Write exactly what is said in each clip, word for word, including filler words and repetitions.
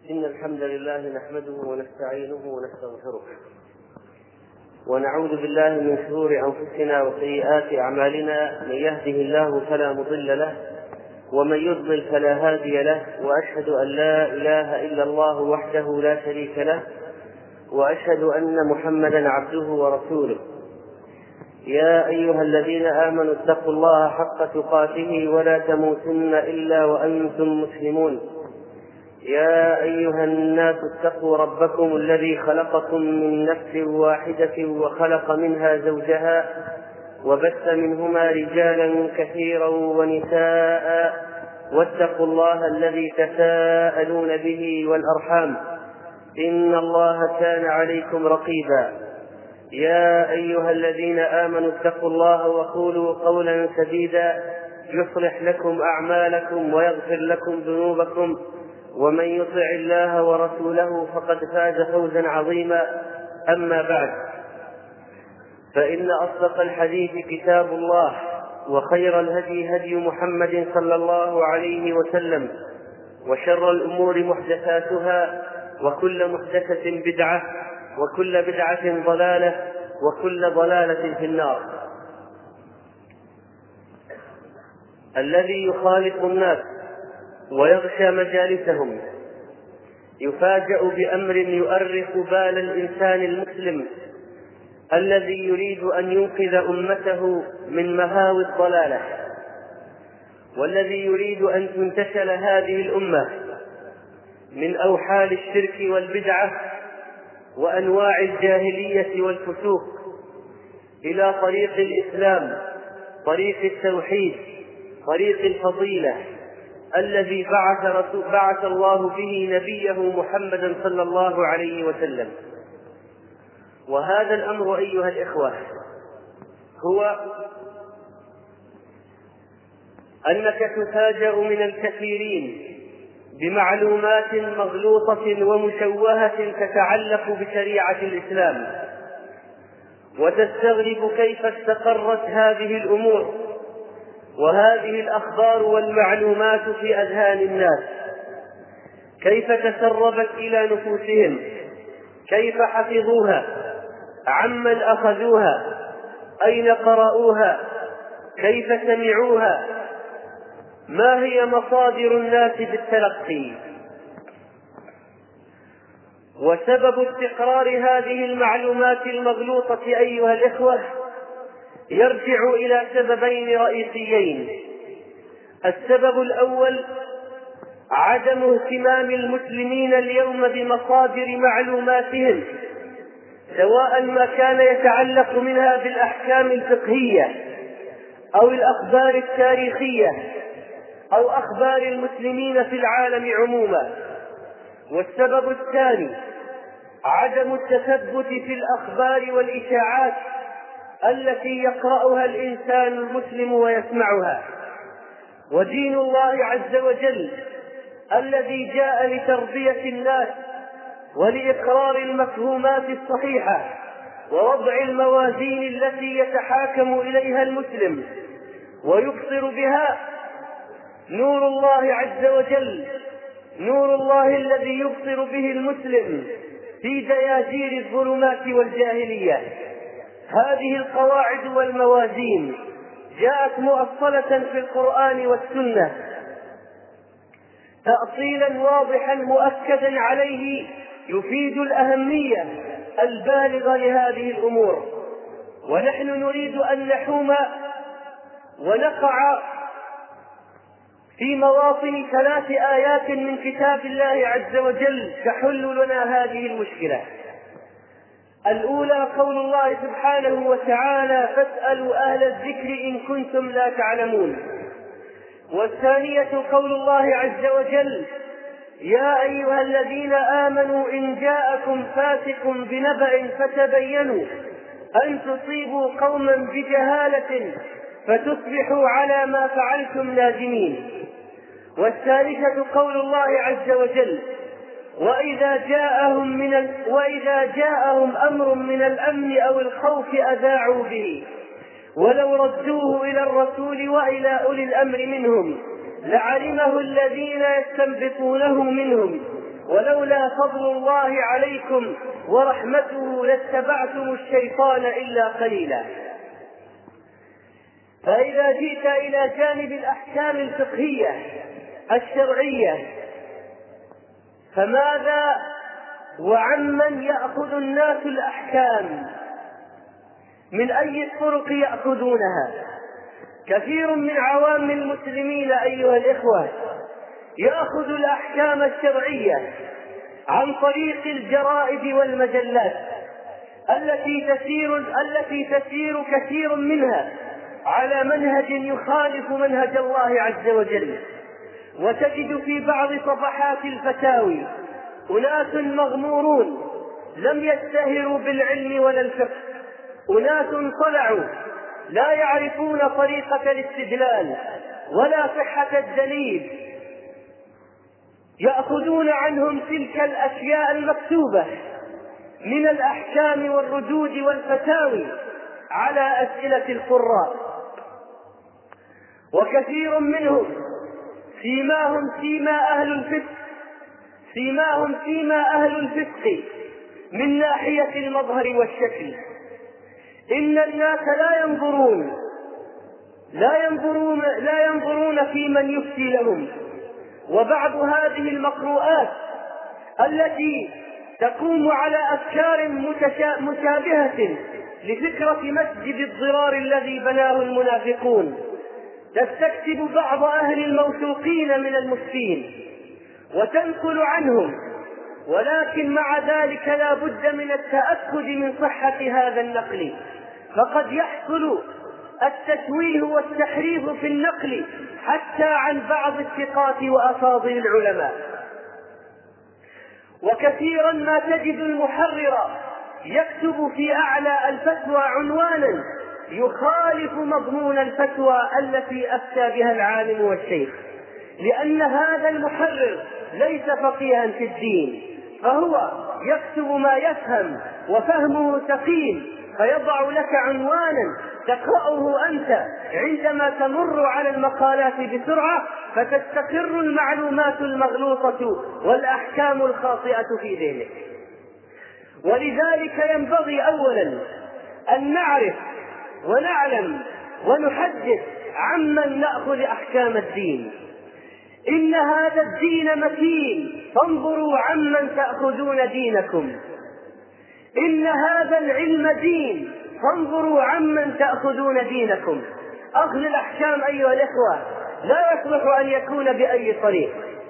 إن الحمد لله نحمده ونستعينه ونستغفره ونعوذ بالله من شرور أنفسنا وسيئات أعمالنا. من يهده الله فلا مضل له ومن يضلل فلا هادي له، وأشهد أن لا إله إلا الله وحده لا شريك له، وأشهد أن محمدا عبده ورسوله. يا أيها الذين آمنوا اتقوا الله حق تقاته ولا تموتن إلا وأنتم مسلمون. يا أيها الناس اتقوا ربكم الذي خلقكم من نفس واحدة وخلق منها زوجها وبث منهما رجالا كثيرا ونساء، واتقوا الله الذي تساءلون به والأرحام إن الله كان عليكم رقيبا. يا أيها الذين آمنوا اتقوا الله وقولوا قولا سديدا يصلح لكم أعمالكم ويغفر لكم ذنوبكم، ومن يطع الله ورسوله فقد فاز فوزا عظيما. أما بعد، فإن أصدق الحديث كتاب الله، وخير الهدي هدي محمد صلى الله عليه وسلم، وشر الأمور محدثاتها، وكل محدثة بدعة، وكل بدعة ضلالة، وكل ضلالة في النار. الذي يخالط الناس ويغشى مجالسهم يفاجأ بأمر يؤرق بال الإنسان المسلم الذي يريد أن ينقذ أمته من مهاوي الضلالة، والذي يريد أن تنتشل هذه الأمة من أوحال الشرك والبدعة وأنواع الجاهلية والفسوق إلى طريق الإسلام، طريق التوحيد، طريق الفضيلة الذي بعث, رسول بعث الله به نبيه محمدا صلى الله عليه وسلم. وهذا الأمر أيها الإخوة هو أنك تفاجأ من الكثيرين بمعلومات مغلوطة ومشوهة تتعلق بشريعة الإسلام، وتستغرب كيف استقرت هذه الأمور وهذه الأخبار والمعلومات في أذهان الناس، كيف تسربت إلى نفوسهم، كيف حفظوها، عمن أخذوها، أين قرأوها، كيف سمعوها، ما هي مصادر الناس بالتلقي. وسبب استقرار هذه المعلومات المغلوطة أيها الإخوة يرجع إلى سببين رئيسيين. السبب الأول عدم اهتمام المسلمين اليوم بمصادر معلوماتهم، سواء ما كان يتعلق منها بالأحكام الفقهية أو الأخبار التاريخية أو أخبار المسلمين في العالم عموما. والسبب الثاني عدم التثبت في الأخبار والإشاعات التي يقرأها الإنسان المسلم ويسمعها. ودين الله عز وجل الذي جاء لتربية الناس ولإقرار المفهومات الصحيحة ووضع الموازين التي يتحاكم إليها المسلم ويبصر بها، نور الله عز وجل، نور الله الذي يبصر به المسلم في دياجير الظلمات والجاهلية. هذه القواعد والموازين جاءت مؤصلة في القرآن والسنة تأصيلا واضحا مؤكدا عليه يفيد الأهمية البالغة لهذه الأمور. ونحن نريد أن نحوم ونقع في مواطن ثلاث آيات من كتاب الله عز وجل تحل لنا هذه المشكلة. الأولى قول الله سبحانه وتعالى: فاسألوا أهل الذكر إن كنتم لا تعلمون. والثانية قول الله عز وجل: يا أيها الذين آمنوا إن جاءكم فاسق بنبأ فتبينوا أن تصيبوا قوما بجهالة فتصبحوا على ما فعلتم نادمين. والثالثة قول الله عز وجل: وإذا جاءهم, من ال... وإذا جاءهم أمر من الأمن أو الخوف أذاعوا به ولو ردوه إلى الرسول وإلى أولي الأمر منهم لعلمه الذين يستنبطونه منهم ولولا فضل الله عليكم ورحمته لاتبعتم الشيطان إلا قليلا. فإذا جئت إلى جانب الأحكام الفقهية الشرعية فماذا وعمن يأخذ الناس الأحكام؟ من أي الطرق يأخذونها؟ كثير من عوام المسلمين أيها الإخوة يأخذ الأحكام الشرعية عن طريق الجرائد والمجلات التي تسير التي تسير كثير منها على منهج يخالف منهج الله عز وجل. وتجد في بعض صفحات الفتاوي أناس مغمورون لم يشتهروا بالعلم ولا الفقه، أناس طلعوا لا يعرفون طريقة الاستدلال ولا صحة الدليل، يأخذون عنهم تلك الأشياء المكتوبة من الأحكام والردود والفتاوي على أسئلة القراء. وكثير منهم فيما هم فيما أهل الفقه فيما هم فيما أهل الفقه من ناحية المظهر والشكل. إن الناس لا ينظرون لا ينظرون لا ينظرون في من يفتي لهم. وبعض هذه المقروءات التي تقوم على أفكار مشابهة لفكرة مسجد الضرار الذي بناه المنافقون تستكتب بعض أهل الموثوقين من المفتين وتنقل عنهم، ولكن مع ذلك لا بد من التأكد من صحة هذا النقل، فقد يحصل التشويه والتحريف في النقل حتى عن بعض الثقات وأفاضل العلماء. وكثيرا ما تجد المحرر يكتب في أعلى الفتوى عنوانا يخالف مضمون الفتوى التي أفتى بها العالم والشيخ، لأن هذا المحرر ليس فقيها في الدين، فهو يكتب ما يفهم وفهمه ثقيل، فيضع لك عنوانا تقرأه أنت عندما تمر على المقالات بسرعة فتستقر المعلومات المغلوطة والأحكام الخاطئة في ذهنك. ولذلك ينبغي أولا أن نعرف ونعلم ونحدث عمن نأخذ أحكام الدين. إن هذا الدين متين، فانظروا عمن تأخذون دينكم. إن هذا العلم دين، فانظروا عمن تأخذون دينكم. أخذ الأحكام أيها الإخوة لا يصلح أن يكون بأي طريق.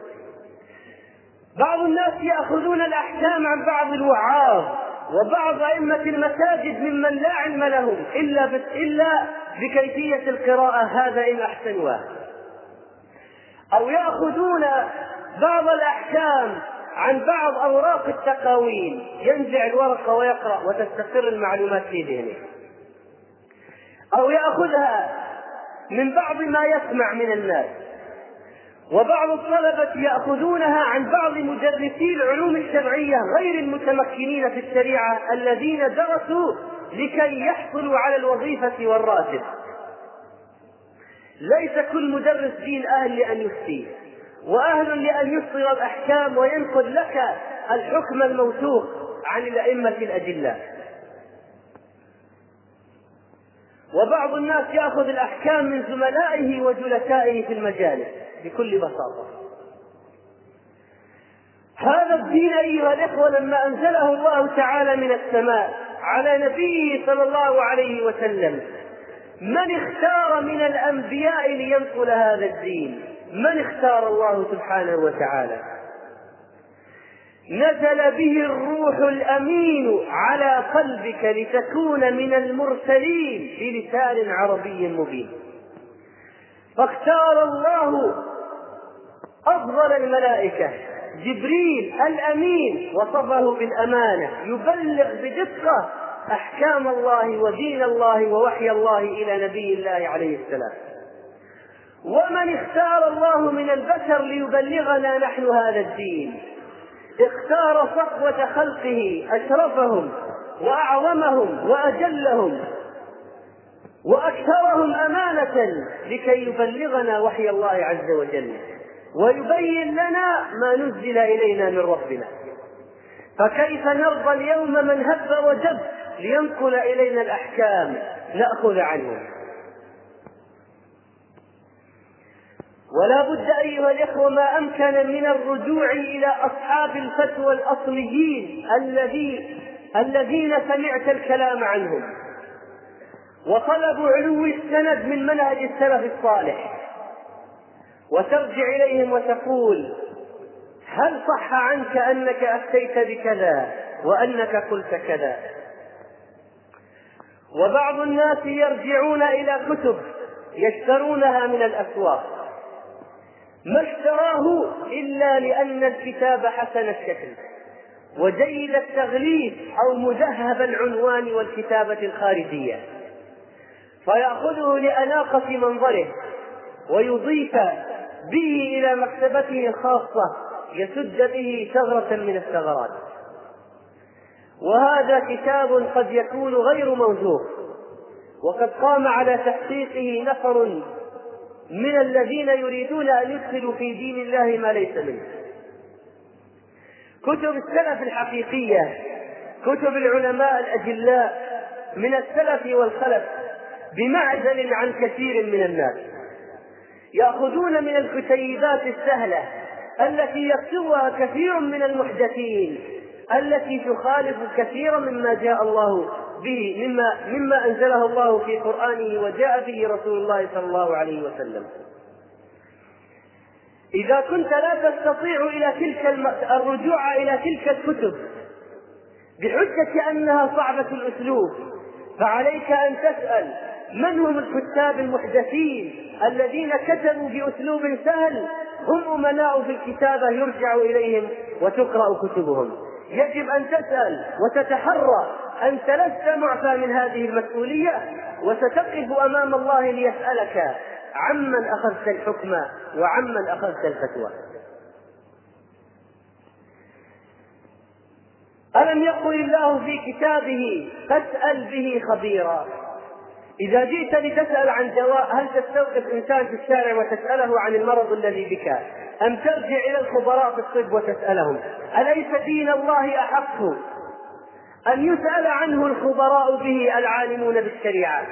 بعض الناس يأخذون الأحكام عن بعض الوعاظ وبعض أئمة المساجد ممن لا علم لهم إلا, إلا بكيفية القراءة، هذا إن أحسنوها. أو يأخذون بعض الأحكام عن بعض أوراق التقاوين، ينزع الورقة ويقرأ وتستقر المعلومات في ذهنه. أو يأخذها من بعض ما يسمع من الناس. وبعض الطلبة يأخذونها عن بعض مدرسي العلوم الشرعية غير المتمكنين في الشريعة الذين درسوا لكي يحصلوا على الوظيفة والراتب. ليس كل مدرس دين أهل لأن يفتي، وأهل لأن يصدر الأحكام وينقل لك الحكم الموثوق عن الأئمة الأدلة. وبعض الناس يأخذ الأحكام من زملائه وجلسائه في المجالس بكل بساطة. هذا الدين أيها الإخوة لما أنزله الله تعالى من السماء على نبيه صلى الله عليه وسلم، من اختار من الأنبياء لينقل هذا الدين؟ من اختار؟ الله سبحانه وتعالى. نزل به الروح الأمين على قلبك لتكون من المرسلين بلسان عربي مبين. فاختار الله أفضل الملائكة جبريل الأمين، وصفه بالأمانة، يبلغ بدقة أحكام الله ودين الله ووحي الله إلى نبي الله عليه السلام. ومن اختار الله من البشر ليبلغنا نحن هذا الدين؟ اختار صفوة خلقه، أشرفهم وأعظمهم وأجلهم وأكثرهم أمانة لكي يبلغنا وحي الله عز وجل. ويبين لنا ما نزل إلينا من ربنا. فكيف نرضى اليوم من هب ودب لينقل إلينا الأحكام نأخذ عنه؟ ولا بد أيها الإخوة ما أمكن من الرجوع إلى أصحاب الفتوى الأصليين الذين الذين سمعت الكلام عنهم وطلبوا علو السند من منهج السلف الصالح، وترجع إليهم وتقول: هل صح عنك أنك أفتيت بكذا وأنك قلت كذا؟ وبعض الناس يرجعون إلى كتب يشترونها من الأسواق، ما اشتراه إلا لأن الكتاب حسن الشكل وجيد التغليف أو مذهب العنوان والكتابة الخارجية، فيأخذه لأناقة منظره ويضيف به إلى مكتبته الخاصة يسد به ثغرة من الثغرات. وهذا كتاب قد يكون غير موثوق، وقد قام على تحقيقه نفر من الذين يريدون أن يدخلوا في دين الله ما ليس منه. كتب السلف الحقيقية، كتب العلماء الأجلاء من السلف والخلف، بمعزل عن كثير من الناس، يأخذون من الكتيبات السهلة التي يكتبها كثير من المحدثين، التي تخالف كثيرا مما جاء الله به مما, مما أنزله الله في قرآنه وجاء به رسول الله صلى الله عليه وسلم. إذا كنت لا تستطيع إلى تلك الرجوع إلى تلك الكتب بحجة أنها صعبة الأسلوب، فعليك أن تسأل من هم الكتاب المحدثين الذين كتبوا بأسلوب سهل، هم أمناء في الكتابة يرجع إليهم وتقرأ كتبهم. يجب أن تسأل وتتحرى، أنت لست معفى من هذه المسؤولية، وستقف أمام الله ليسألك عمن أخذت الحكم وعمن أخذت الفتوى. ألم يقل الله في كتابه: فاسأل به خبيرا؟ إذا جئت لتسأل عن دواء، هل تستوقف إنسان في الشارع وتسأله عن المرض الذي بك، أم ترجع إلى الخبراء في الطب وتسألهم؟ أليس دين الله أحق أن يسأل عنه الخبراء به العالمون بالشريعة؟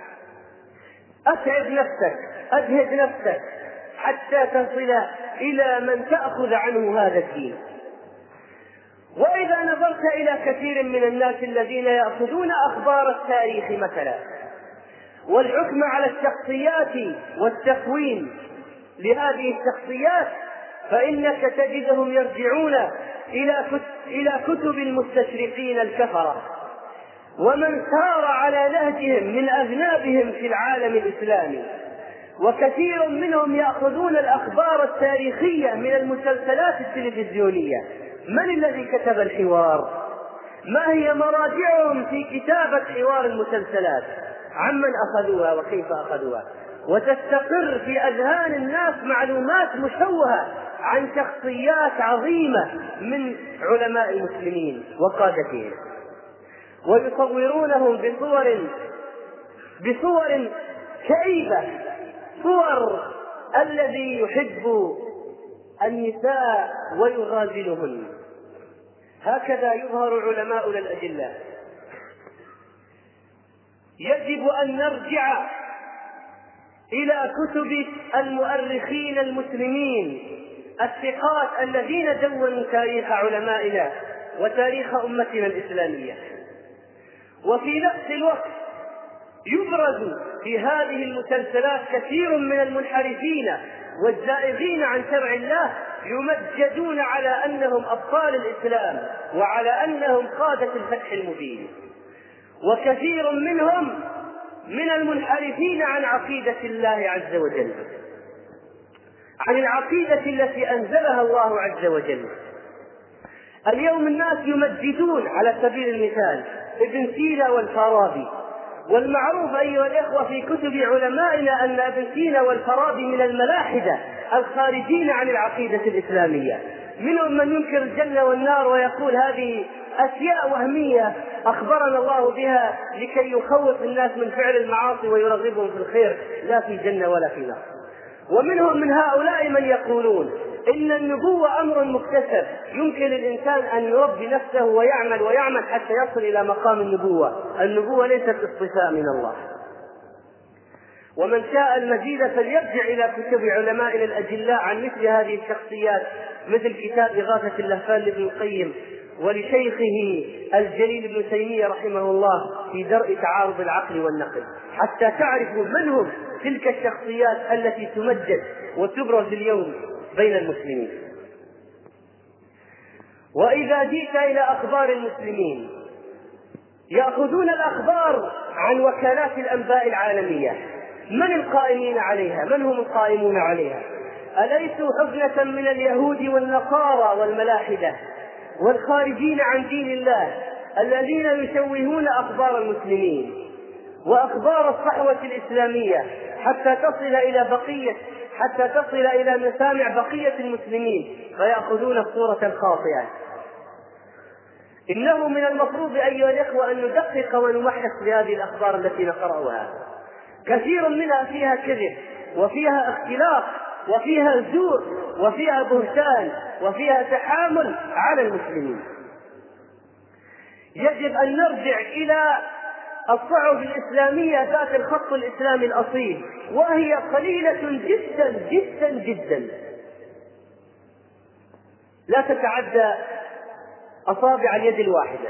أتعب نفسك، أجهد نفسك حتى تصل إلى من تأخذ عنه هذا الدين. وإذا نظرت إلى كثير من الناس الذين يأخذون أخبار التاريخ مثلا والحكم على الشخصيات والتكوين لهذه الشخصيات، فإنك تجدهم يرجعون إلى كتب المستشرقين الكفرة ومن سار على نهجهم من أذنابهم في العالم الإسلامي. وكثير منهم يأخذون الأخبار التاريخية من المسلسلات التلفزيونية. من الذي كتب الحوار؟ ما هي مراجعهم في كتابة حوار المسلسلات؟ عمن أخذوها وكيف أخذوها؟ وتستقر في أذهان الناس معلومات مشوهة عن شخصيات عظيمة من علماء المسلمين وقادتهم، ويصورونهم بصور بصور كئيبة، صور الذي يحب النساء ويغازلهن. هكذا يظهر علماؤنا الأجلاء. يجب أن نرجع إلى كتب المؤرخين المسلمين الثقات الذين دونوا تاريخ علمائنا وتاريخ أمتنا الإسلامية. وفي نفس الوقت يبرز في هذه المسلسلات كثير من المنحرفين والزائغين عن شرع الله، يمجدون على أنهم أبطال الإسلام وعلى أنهم قادة الفتح المبين. وكثير منهم من المنحرفين عن عقيدة الله عز وجل، عن العقيدة التي أنزلها الله عز وجل. اليوم الناس يمجدون على سبيل المثال ابن سينا والفارابي، والمعروف أيها الإخوة في كتب علمائنا أن ابن سينا والفارابي من الملاحدة الخارجين عن العقيدة الإسلامية. منهم من ينكر الجنة والنار ويقول هذه أشياء وهمية أخبرنا الله بها لكي يخوف الناس من فعل المعاصي ويرغبهم في الخير، لا في جنة ولا في نار. ومنهم من هؤلاء من يقولون إن النبوة أمر مكتسب، يمكن للإنسان أن يربي نفسه ويعمل ويعمل حتى يصل إلى مقام النبوة. النبوة ليست اصطفاء من الله. ومن شاء المزيد فليرجع إلى كتب علمائنا الأجلاء عن مثل هذه الشخصيات، مثل كتاب إغاثة اللهفان لابن القيم، ولشيخه الجليل ابن تيمية رحمه الله في درء تعارض العقل والنقل، حتى تعرفوا من هم تلك الشخصيات التي تمجد وتبرز اليوم بين المسلمين. وإذا جئت إلى أخبار المسلمين يأخذون الأخبار عن وكالات الأنباء العالمية. من القائمين عليها؟ من هم القائمون عليها؟ أليسوا حفنة من اليهود والنصارى والملاحدة والخارجين عن دين الله الذين يشوهون أخبار المسلمين وأخبار الصحوة الإسلامية حتى تصل إلى بقية حتى تصل إلى مسامع بقية المسلمين فيأخذون الصورة الخاطئة. إنه من المفروض أيها الإخوة أن ندقق ونمحص بهذه الأخبار التي نقرأها. كثير منها فيها كذب، وفيها اختلاق، وفيها زور، وفيها بهتان، وفيها تحامل على المسلمين. يجب أن نرجع إلى الصحف الإسلامية ذات الخط الإسلامي الأصيل، وهي قليلة جدا جدا جدا، لا تتعدى أصابع اليد الواحدة.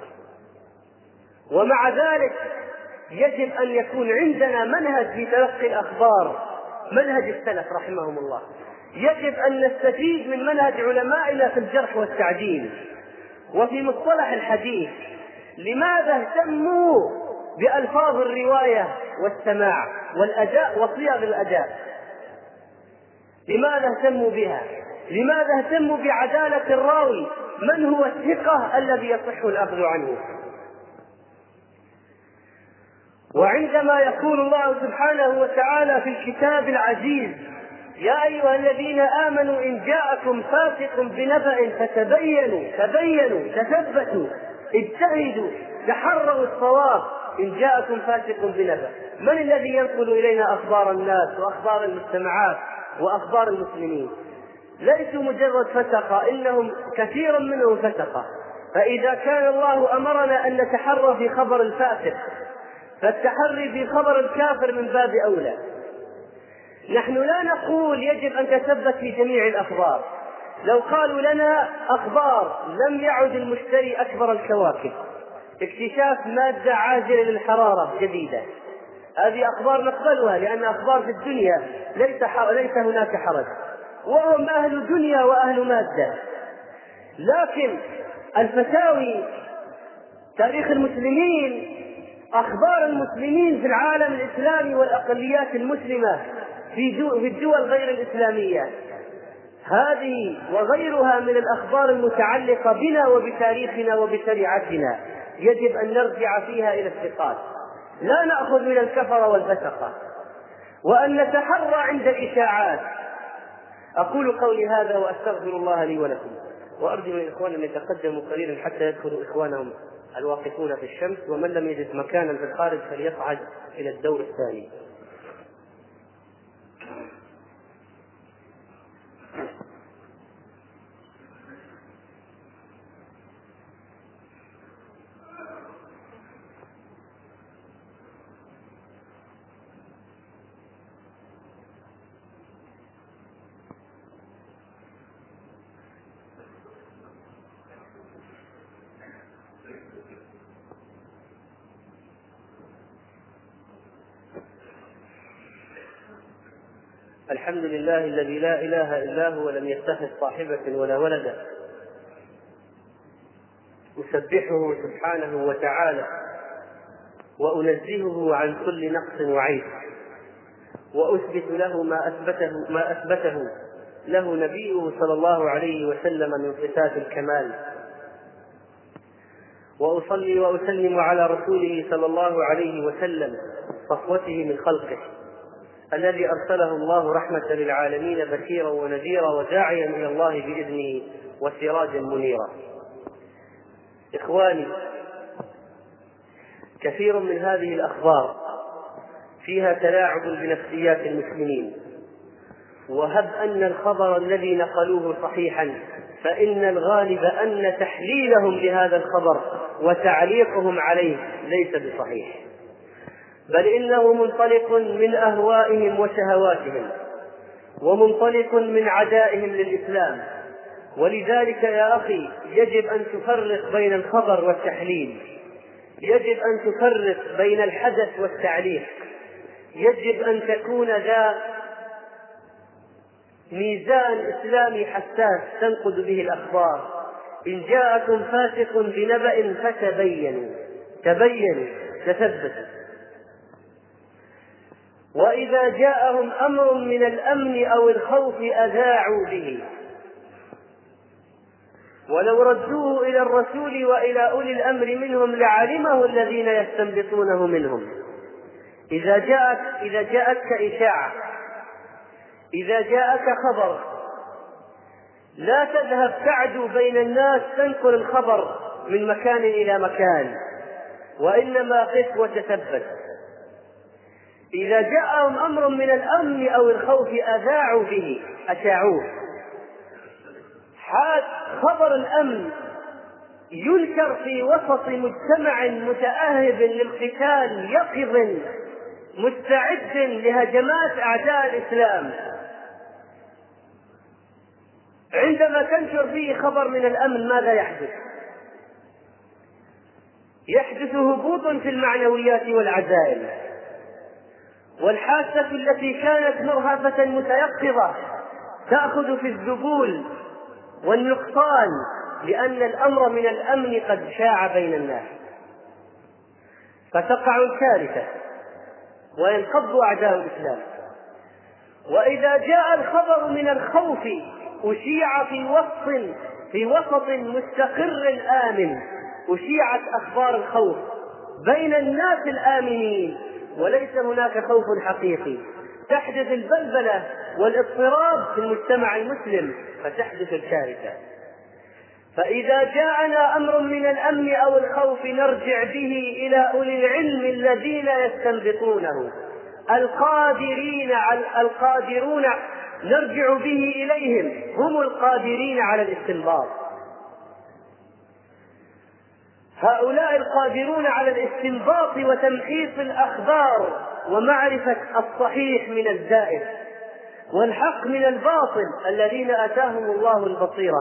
ومع ذلك يجب أن يكون عندنا منهج في تلقي الأخبار، منهج السلف رحمهم الله. يجب أن نستفيد من منهج علمائنا في الجرح والتعديل وفي مصطلح الحديث. لماذا اهتموا بألفاظ الرواية والسماع والأداء وصيغ الأداء؟ لماذا اهتموا بها؟ لماذا اهتموا بعدالة الراوي؟ من هو الثقة الذي يصح الأخذ عنه؟ وعندما يقول الله سبحانه وتعالى في الكتاب العزيز: يا أيها الذين آمنوا إن جاءكم فاسق بنبأ فتبينوا تبينوا تثبتوا اجتهدوا تحروا الصواب إن جاءكم فاسق بنبأ. من الذي ينقل إلينا أخبار الناس وأخبار المجتمعات وأخبار المسلمين؟ ليسوا مجرد فسقة، إنهم كثير منهم فسقة. فإذا كان الله أمرنا أن نتحرى في خبر الفاسق فالتحري في خبر الكافر من باب أولى. نحن لا نقول يجب أن تثبت في جميع الأخبار. لو قالوا لنا أخبار لم يعد المشتري أكبر الكواكب، اكتشاف مادة عاجلة للحرارة جديدة، هذه أخبار نقبلها لأن أخبار في الدنيا ليس, ليس هناك حرج، وهم أهل دنيا وأهل مادة. لكن الفتاوي، تاريخ المسلمين، أخبار المسلمين في العالم الإسلامي والأقليات المسلمة في الدول غير الإسلامية، هذه وغيرها من الأخبار المتعلقة بنا وبتاريخنا وبشريعتنا يجب أن نرجع فيها إلى الثقات، لا نأخذ من الكفر والفسقة، وأن نتحرى عند الإشاعات. أقول قولي هذا وأستغفر الله لي ولكم، وأرجو من الإخوان أن يتقدموا قليلا حتى يدخلوا إخوانهم الواقفون في الشمس، ومن لم يجد مكانا في الخارج فليصعد إلى الدور الثاني. الحمد لله الذي لا إله إلا هو ولم يتخذ صاحبة ولا ولدا، أسبحه سبحانه وتعالى وأنزهه عن كل نقص وعيب، وأثبت له ما أثبته, ما أثبته له نبيه صلى الله عليه وسلم من صفات الكمال، وأصلي وأسلم على رسوله صلى الله عليه وسلم صفوته من خلقه الذي أرسله الله رحمة للعالمين بشيرا ونذيرا وداعيا إلى الله بإذنه وسراجا منيرا. إخواني، كثير من هذه الأخبار فيها تلاعب بنفسيات المسلمين وهب أن الخبر الذي نقلوه صحيحا، فإن الغالب أن تحليلهم لهذا الخبر وتعليقهم عليه ليس بصحيح، بل إنه منطلق من أهوائهم وشهواتهم، ومنطلق من عدائهم للإسلام. ولذلك يا أخي يجب أن تفرق بين الخبر والتحليل، يجب أن تفرق بين الحدث والتعليق، يجب أن تكون ذا ميزان إسلامي حساس تنقد به الأخبار. إن جاءكم فاسق بنبأ فتبينوا، تبينوا تثبتوا. وإذا جاءهم أمر من الأمن أو الخوف أذاعوا به، ولو ردوه إلى الرسول وإلى أولي الأمر منهم لعلمه الذين يستنبطونه منهم. إذا جاءك إذا جاءتك إشاعة، إذا جاءك خبر، لا تذهب تعدو بين الناس تنقل الخبر من مكان إلى مكان، وإنما قف وتثبت. إذا جاءهم أمر من الأمن أو الخوف أذاعوا به، أشاعوه. حال خبر الأمن ينكر في وسط مجتمع متأهب للقتال يقظ مستعد لهجمات أعداء الإسلام. عندما تنشر فيه خبر من الأمن ماذا يحدث؟ يحدث هبوط في المعنويات والعزائم، والحاسة التي كانت مرهفة متيقظة تأخذ في الذبول والنقصان، لأن الأمر من الأمن قد شاع بين الناس، فتقع الكارثة وينقض أعداء الإسلام. وإذا جاء الخبر من الخوف أشيع في وسط في وسط مستقر آمن، أشيعت أخبار الخوف بين الناس الآمنين، وليس هناك خوف حقيقي. تحدث البلبلة والاضطراب في المجتمع المسلم، فتحدث الكارثة. فإذا جاءنا أمر من الأمن أو الخوف نرجع به إلى أولي العلم الذين يستنبطونه، القادرين على القادرون نرجع به إليهم، هم القادرين على الاستنباط. هؤلاء القادرون على الاستنباط وتمحيص الأخبار ومعرفة الصحيح من الزائف والحق من الباطل، الذين آتاهم الله البصيرة.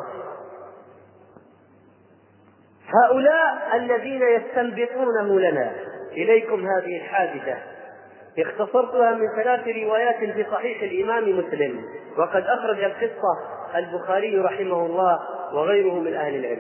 هؤلاء الذين يستنبطونه لنا. إليكم هذه الحادثة اختصرتها من ثلاث روايات في صحيح الإمام مسلم، وقد أخرج القصة البخاري رحمه الله وغيره من أهل العلم.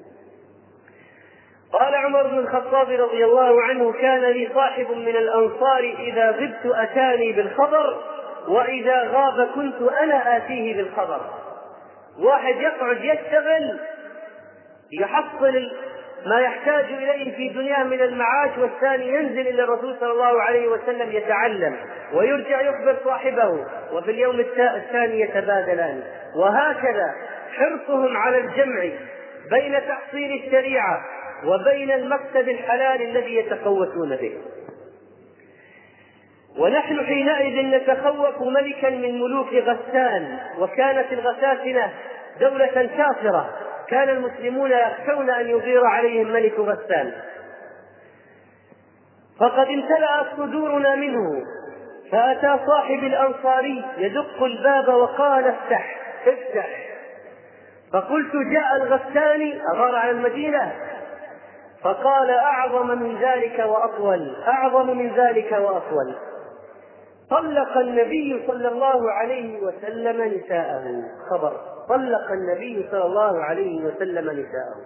قال عمر بن الخطاب رضي الله عنه: كان لي صاحب من الأنصار إذا غبت أتاني بالخبر، وإذا غاب كنت أنا آتيه بالخبر. واحد يقعد يشتغل يحصل ما يحتاج إليه في دنياه من المعاش، والثاني ينزل إلى الرسول صلى الله عليه وسلم يتعلم ويرجع يخبر صاحبه، وفي اليوم الثاني يتبادلان. وهكذا حرصهم على الجمع بين تحصيل الشريعة وبين المكسب الحلال الذي يتقوتون به. ونحن حينئذ نتخوف ملكا من ملوك غسان، وكانت الغساسنة دولة كافرة، كان المسلمون يخشون أن يغير عليهم ملك غسان. فقد امتلأت صدورنا منه، فأتى صاحب الأنصاري يدق الباب وقال: افتح افتح. فقلت: جاء الغساني أغار على المدينة؟ فقال: أعظم من ذلك وأطول، أعظم من ذلك وأطول. طلق النبي صلى الله عليه وسلم نساءه. خبر: طلق النبي صلى الله عليه وسلم نساءه.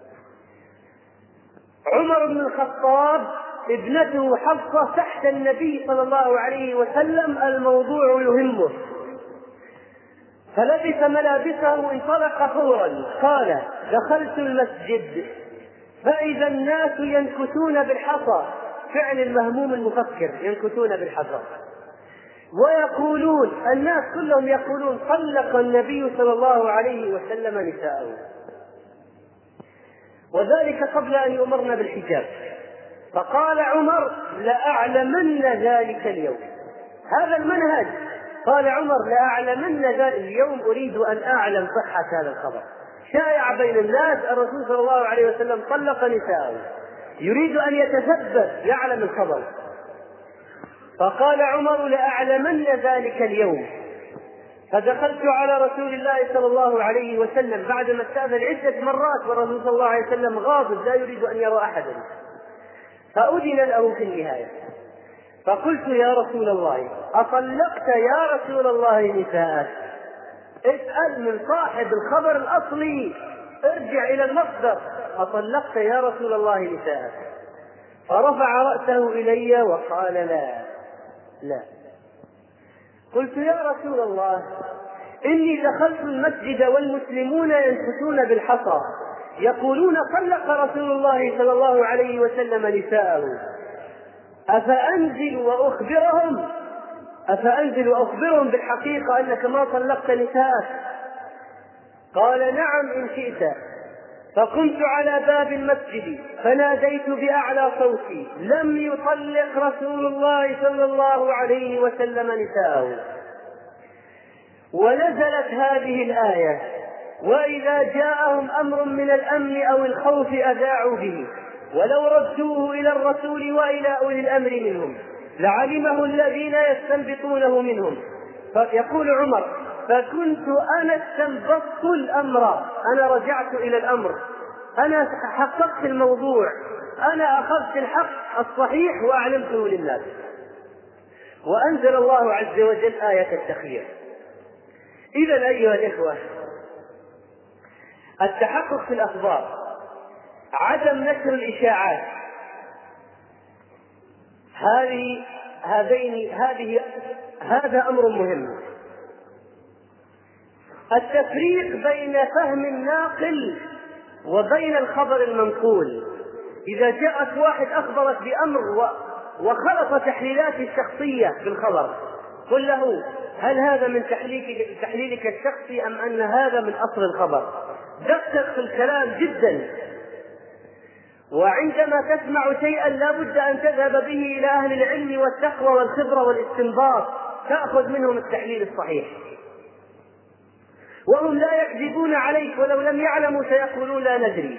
عمر بن الخطاب ابنته حفصة تحت النبي صلى الله عليه وسلم، الموضوع يهمه، فلبس ملابسه وانطلق فورا. قال: دخلت المسجد فإذا الناس ينكتون بالحصى، فعل المهموم المفكر، ينكتون بالحصى، ويقولون الناس كلهم يقولون: طلق النبي صلى الله عليه وسلم نساءه، وذلك قبل أن يؤمرنا بالحجاب. فقال عمر: لأعلمن ذلك اليوم. هذا المنهج قال عمر: لأعلمن ذلك اليوم، أريد أن أعلم صحة هذا الخبر. شائع بين الناس الرسول صلى الله عليه وسلم طلق نساءه، يريد أن يتثبت يعلم الخبر. فقال عمر: لأعلمن ذلك اليوم. فدخلت على رسول الله صلى الله عليه وسلم بعدما استأذن عدة مرات، والرسول صلى الله عليه وسلم غاضب لا يريد أن يرى أحدا، فأذن له في النهاية. فقلت: يا رسول الله، أطلقت يا رسول الله نساءك؟ اسأل من صاحب الخبر الأصلي، ارجع إلى المصدر. أطلقت يا رسول الله نساءك؟ فرفع رأسه إلي وقال: لا لا. قلت: يا رسول الله، إني دخلت المسجد والمسلمون ينكثون بالحصى يقولون طلق رسول الله صلى الله عليه وسلم نساءه، أفأنزل وأخبرهم أفأنزل وأخبرهم بالحقيقة أنك ما طلقت نساءك؟ قال: نعم إن شئت. فقمت على باب المسجد فناديت بأعلى صوتي: لم يطلق رسول الله صلى الله عليه وسلم نساءه. ونزلت هذه الآية: وإذا جاءهم أمر من الأمن أو الخوف أذاعوا به ولو ردوه إلى الرسول وإلى أولي الأمر منهم لعلمه الذين يستنبطونه منهم. فيقول عمر: فكنت أنا استنبطت الأمر، أنا رجعت إلى الأمر، أنا حققت الموضوع، أنا أخذت الحق الصحيح وأعلمته للناس. وأنزل الله عز وجل آية التخيير. إذن أيها الإخوة، التحقق في الأخبار، عدم نشر الإشاعات، هذه هذين هذه هذا أمر مهم. التفريق بين فهم الناقل وبين الخبر المنقول. إذا جاءت واحد أخبرت بأمر وخلط تحليلاته الشخصية بالخبر، قل له: هل هذا من تحليلك, تحليلك الشخصي أم أن هذا من أصل الخبر؟ دقق في الكلام جدا، وعندما تسمع شيئا لا بد أن تذهب به إلى أهل العلم والتقوى والخبرة والاستنباط، تأخذ منهم التحليل الصحيح. وهم لا يكذبون عليك، ولو لم يعلموا سيقولون لا ندري.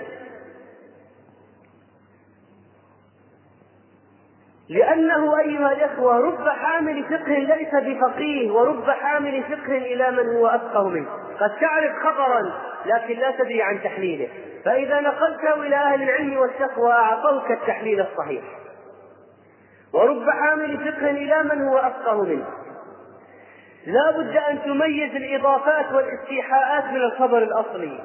لأنه أيها الإخوة، رب حامل فقه ليس بفقيه، ورب حامل فقه إلى من هو أفقه منه. قد تعرف خبرا لكن لا تدري عن تحليله، فإذا نقلته إلى أهل العلم والتقوى أعطوك التحليل الصحيح. ورب حامل فقه إلى من هو أفقه منه. لا بد أن تميز الإضافات والاستيحاءات من الخبر الأصلي.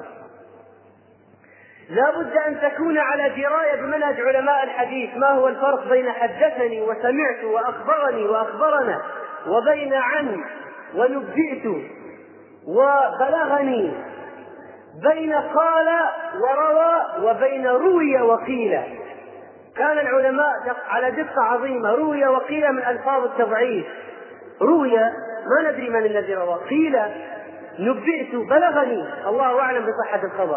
لا بد أن تكون على دراية بمنهج علماء الحديث، ما هو الفرق بين حدثني وسمعت وأخبرني وأخبرنا، وبين عن ونبئت وبلغني، بين قال وروى وبين روي وقيل. كان العلماء على دقة عظيمة. روي وقيل من ألفاظ التضعيف، روي ما ندري من الذي روى، قيل نبئت بلغني، الله أعلم بصحة الخبر.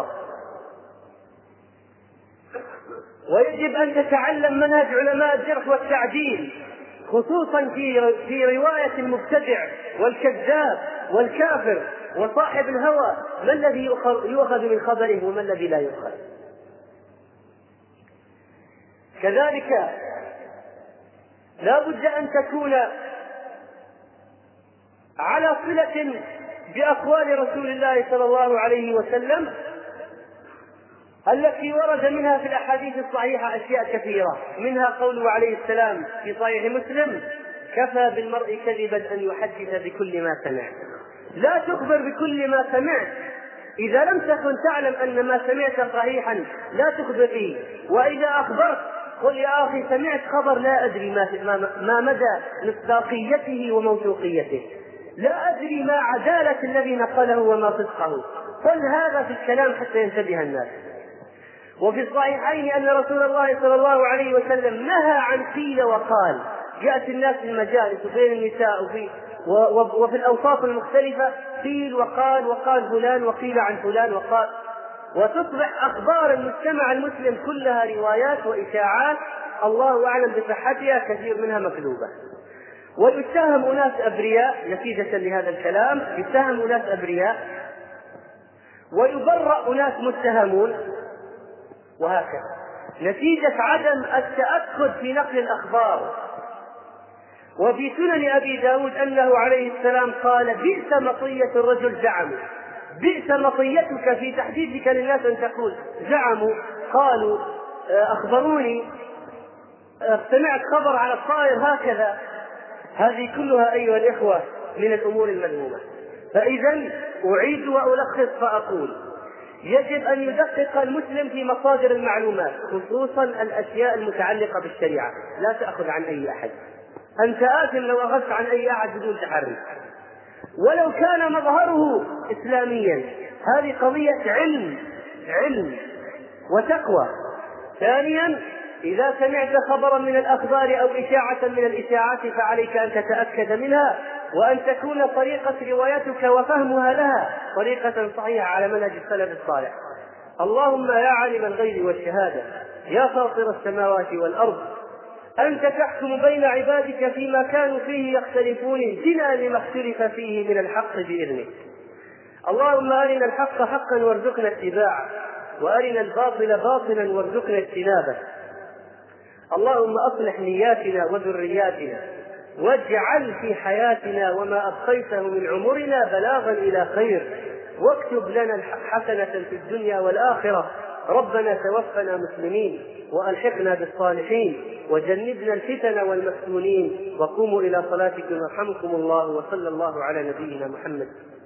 ويجب أن تتعلم منهج علماء الجرح والتعديل، خصوصا في في رواية المبتدع والكذاب والكافر وصاحب الهوى، ما الذي يؤخذ من خبره وما الذي لا يؤخذ. كذلك لا بد أن تكون على صلة بأقوال رسول الله صلى الله عليه وسلم التي ورد منها في الأحاديث الصحيحة أشياء كثيرة، منها قوله عليه السلام في صحيح مسلم: كفى بالمرء كذبا أن يحدث بكل ما سمع. لا تخبر بكل ما سمعت، إذا لم تكن تعلم أن ما سمعت صحيحا لا تخبر به. وإذا أخبرت قل: يا أخي سمعت خبر لا أدري ما, ما مدى مصداقيته وموثوقيته، لا أدري ما عدالة الذي نقله وما صدقه. قل هذا في الكلام حتى ينتبه الناس. وفي الصحيحين أن رسول الله صلى الله عليه وسلم نهى عن قيل وقال. يأتي الناس في المجالس وبين النساء وفي, وفي الأوصاف المختلفة قيل وقال وقال فلان وقيل عن فلان وقال، وتصبح أخبار المجتمع المسلم كلها روايات وإشاعات الله أعلم بصحتها، كثير منها مكذوبة. ويتهم أناس أبرياء نتيجة لهذا الكلام، يتهم أناس أبرياء ويبرأ أناس متهمون، وهكذا نتيجة عدم التأكد في نقل الأخبار. وفي سنن أبي داود أنه عليه السلام قال: بئس مطية الرجل زعموا، بئس مطيتك في تحديثك للناس أن تقول زعموا، قالوا أخبروني، سمعت خبر على الطائر هكذا. هذه كلها أيها الإخوة من الأمور المذمومة. فإذا أعيد وألخص فأقول: يجب أن يدقق المسلم في مصادر المعلومات، خصوصا الأشياء المتعلقة بالشريعة، لا تأخذ عن أي أحد. أنت آثم لو أخذت عن أي أحد بدون تحري ولو كان مظهره إسلاميا. هذه قضية علم علم وتقوى. ثانيا، إذا سمعت خبرا من الأخبار أو إشاعة من الإشاعات فعليك أن تتأكد منها، وأن تكون طريقة روايتك وفهمها لها طريقة صحيحة على منهج السلف الصالح. اللهم يا عالم الغيب والشهادة، يا فاطر السماوات والأرض، أنت تحكم بين عبادك فيما كانوا فيه يختلفون، اهدنا لما اختلف فيه من الحق بإذنك. اللهم أرنا الحق حقا وارزقنا اتباعه، وأرنا الباطل باطلا وارزقنا اجتنابه. اللهم أصلح نياتنا وذرياتنا، واجعل في حياتنا وما أبقيته من عمرنا بلاغا إلى خير، واكتب لنا الحسنة في الدنيا والآخرة. ربنا توفنا مسلمين وألحقنا بالصالحين، وجنبنا الفتن والمفتونين. وقوموا إلى صلاتكم يرحمكم الله، وصلى الله على نبينا محمد.